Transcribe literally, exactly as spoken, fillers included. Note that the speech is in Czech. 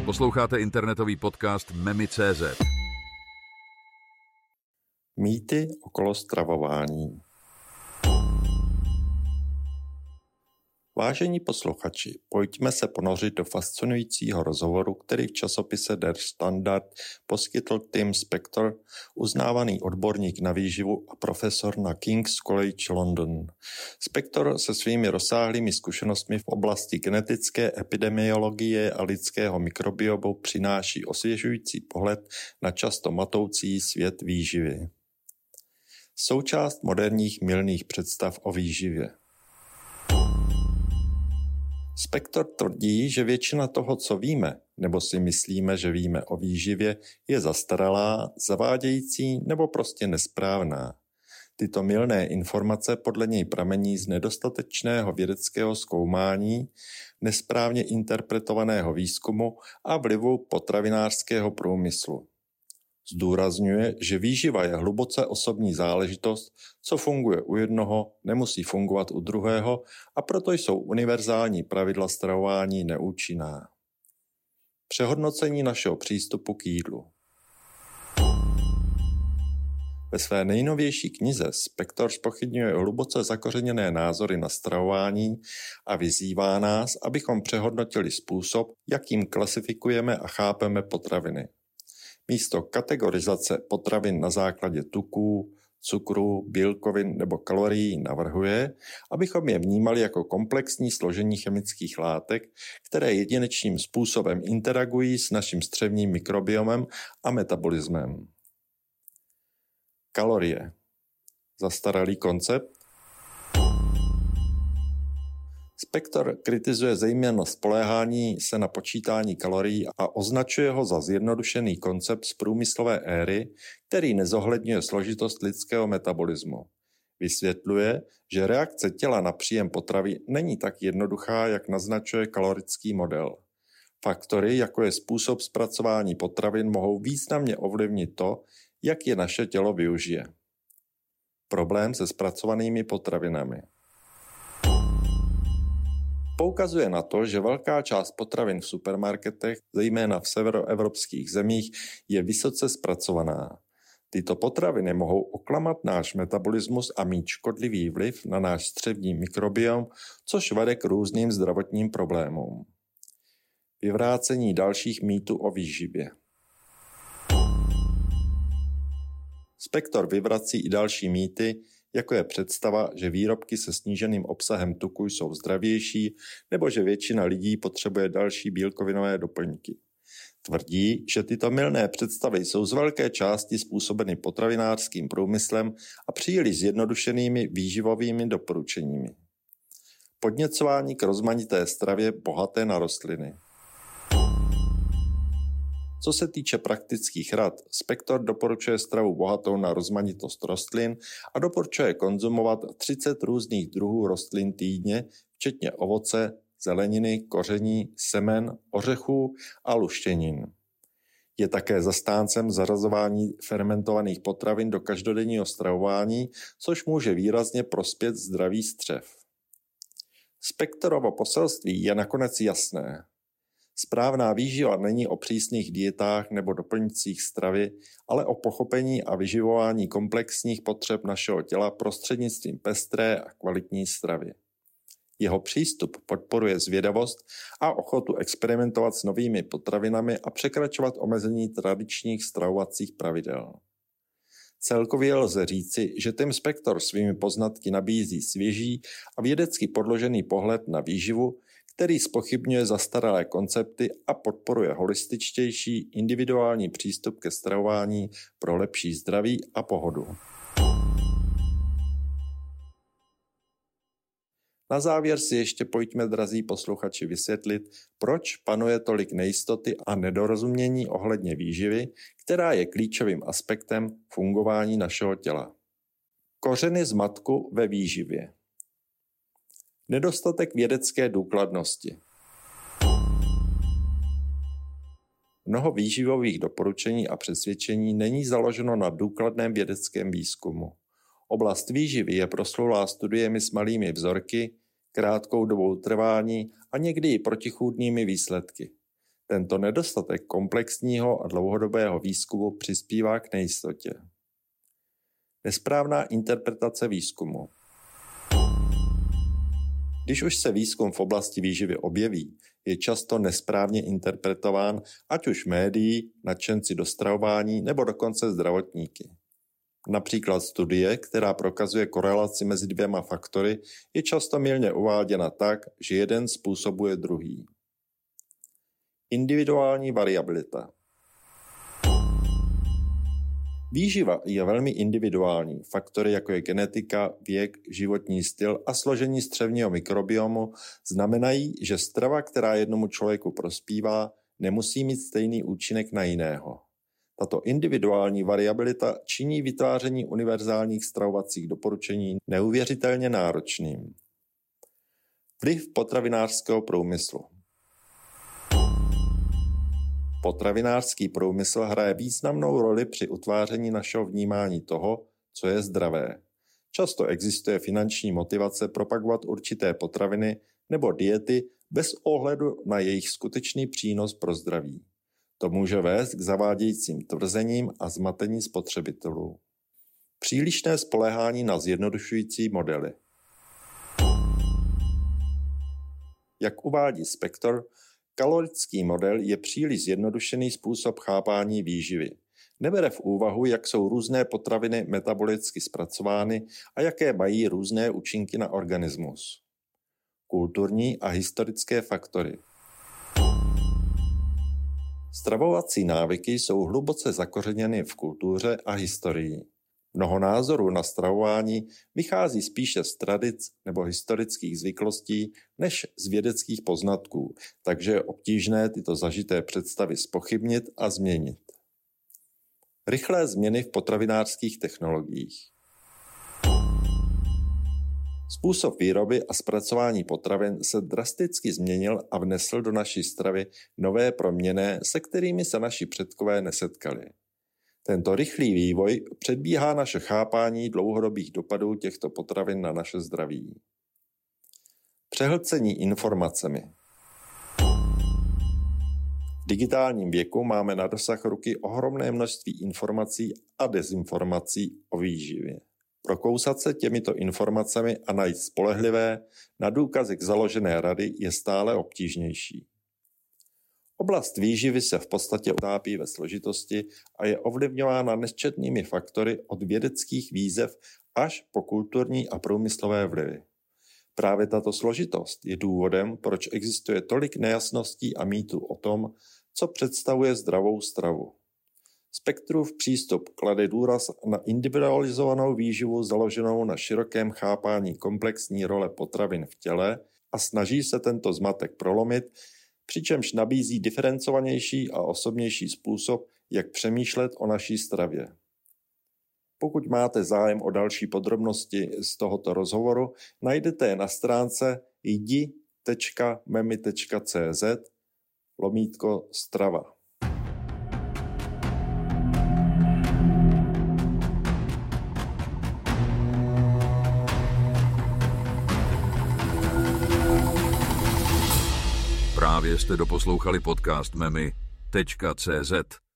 Posloucháte internetový podcast Memy tečka cé zet. Mýty okolo stravování. Vážení posluchači, pojďme se ponořit do fascinujícího rozhovoru, který v časopise Der Standard poskytl Tim Spector, uznávaný odborník na výživu a profesor na King's College London. Spector se svými rozsáhlými zkušenostmi v oblasti genetické epidemiologie a lidského mikrobiomu přináší osvěžující pohled na často matoucí svět výživy. Součást moderních mylných představ o výživě. Spector tvrdí, že většina toho, co víme, nebo si myslíme, že víme o výživě, je zastaralá, zavádějící nebo prostě nesprávná. Tyto mylné informace podle něj pramení z nedostatečného vědeckého zkoumání, nesprávně interpretovaného výzkumu a vlivu potravinářského průmyslu. Zdůrazňuje, že výživa je hluboce osobní záležitost, co funguje u jednoho, nemusí fungovat u druhého a proto jsou univerzální pravidla stravování neúčinná. Přehodnocení našeho přístupu k jídlu. Ve své nejnovější knize Spector zpochybňuje hluboce zakořeněné názory na stravování a vyzývá nás, abychom přehodnotili způsob, jakým klasifikujeme a chápeme potraviny. Místo kategorizace potravin na základě tuků, cukru, bílkovin nebo kalorií navrhuje, abychom je vnímali jako komplexní složení chemických látek, které jedinečným způsobem interagují s naším střevním mikrobiomem a metabolismem. Kalorie. Zastaralý koncept? Spector kritizuje zejména spoléhání se na počítání kalorií a označuje ho za zjednodušený koncept z průmyslové éry, který nezohledňuje složitost lidského metabolismu. Vysvětluje, že reakce těla na příjem potravy není tak jednoduchá, jak naznačuje kalorický model. Faktory, jako je způsob zpracování potravin, mohou významně ovlivnit to, jak je naše tělo využije. Problém se zpracovanými potravinami. Poukazuje na to, že velká část potravin v supermarketech, zejména v severoevropských zemích, je vysoce zpracovaná. Tyto potraviny mohou oklamat náš metabolismus a mít škodlivý vliv na náš střevní mikrobiom, což vede k různým zdravotním problémům. Vyvrácení dalších mýtů o výživě. Spector vyvrací i další mýty, jako je představa, že výrobky se sníženým obsahem tuku jsou zdravější nebo že většina lidí potřebuje další bílkovinové doplňky. Tvrdí, že tyto mylné představy jsou z velké části způsobeny potravinářským průmyslem a příliš zjednodušenými výživovými doporučeními. Podněcování k rozmanité stravě bohaté na rostliny. Co se týče praktických rad, Spector doporučuje stravu bohatou na rozmanitost rostlin a doporučuje konzumovat třicet různých druhů rostlin týdně, včetně ovoce, zeleniny, koření, semen, ořechů a luštěnin. Je také zastáncem zařazování fermentovaných potravin do každodenního stravování, což může výrazně prospět zdraví střev. Spectorovo poselství je nakonec jasné. Správná výživa není o přísných dietách nebo doplňcích stravy, ale o pochopení a vyživování komplexních potřeb našeho těla prostřednictvím pestré a kvalitní stravy. Jeho přístup podporuje zvědavost a ochotu experimentovat s novými potravinami a překračovat omezení tradičních stravovacích pravidel. Celkově lze říci, že Tim Spector svými poznatky nabízí svěží a vědecky podložený pohled na výživu, který zpochybňuje zastaralé koncepty a podporuje holističtější individuální přístup ke stravování pro lepší zdraví a pohodu. Na závěr si ještě pojďme, drazí posluchači, vysvětlit, proč panuje tolik nejistoty a nedorozumění ohledně výživy, která je klíčovým aspektem fungování našeho těla. Kořeny zmatku ve výživě. Nedostatek vědecké důkladnosti. Mnoho výživových doporučení a přesvědčení není založeno na důkladném vědeckém výzkumu. Oblast výživy je proslulá studiemi s malými vzorky, krátkou dobou trvání a někdy i protichůdnými výsledky. Tento nedostatek komplexního a dlouhodobého výzkumu přispívá k nejistotě. Nesprávná interpretace výzkumu. Když už se výzkum v oblasti výživy objeví, je často nesprávně interpretován ať už médií, nadšenci do stravování nebo dokonce zdravotníky. Například studie, která prokazuje korelaci mezi dvěma faktory, je často mylně uváděna tak, že jeden způsobuje druhý. Individuální variabilita. Výživa je velmi individuální. Faktory jako je genetika, věk, životní styl a složení střevního mikrobiomu znamenají, že strava, která jednomu člověku prospívá, nemusí mít stejný účinek na jiného. Tato individuální variabilita činí vytváření univerzálních stravovacích doporučení neuvěřitelně náročným. Vliv potravinářského průmyslu. Potravinářský průmysl hraje významnou roli při utváření našeho vnímání toho, co je zdravé. Často existuje finanční motivace propagovat určité potraviny nebo diety bez ohledu na jejich skutečný přínos pro zdraví. To může vést k zavádějícím tvrzením a zmatení spotřebitelů. Přílišné spoléhání na zjednodušující modely. Jak uvádí Spector, kalorický model je příliš zjednodušený způsob chápání výživy. Nebere v úvahu, jak jsou různé potraviny metabolicky zpracovány a jaké mají různé účinky na organismus. Kulturní a historické faktory. Stravovací návyky jsou hluboce zakořeněny v kultuře a historii. Mnoho názorů na stravování vychází spíše z tradic nebo historických zvyklostí než z vědeckých poznatků, takže je obtížné tyto zažité představy zpochybnit a změnit. Rychlé změny v potravinářských technologiích. Způsob výroby a zpracování potravin se drasticky změnil a vnesl do naší stravy nové proměnné, se kterými se naši předkové nesetkali. Tento rychlý vývoj předbíhá naše chápání dlouhodobých dopadů těchto potravin na naše zdraví. Přehlcení informacemi. V digitálním věku máme na dosah ruky ohromné množství informací a dezinformací o výživě. Prokousat se těmito informacemi a najít spolehlivé, na důkazech založené rady je stále obtížnější. Oblast výživy se v podstatě utápí ve složitosti a je ovlivňována nesčetnými faktory od vědeckých výzev až po kulturní a průmyslové vlivy. Právě tato složitost je důvodem, proč existuje tolik nejasností a mýtů o tom, co představuje zdravou stravu. Spektrův přístup klade důraz na individualizovanou výživu založenou na širokém chápání komplexní role potravin v těle a snaží se tento zmatek prolomit, přičemž nabízí diferencovanější a osobnější způsob, jak přemýšlet o naší stravě. Pokud máte zájem o další podrobnosti z tohoto rozhovoru, najdete je na stránce jdi tečka memi tečka cz lomítko strava. Právě jste doposlouchali podcast memi tečka cz.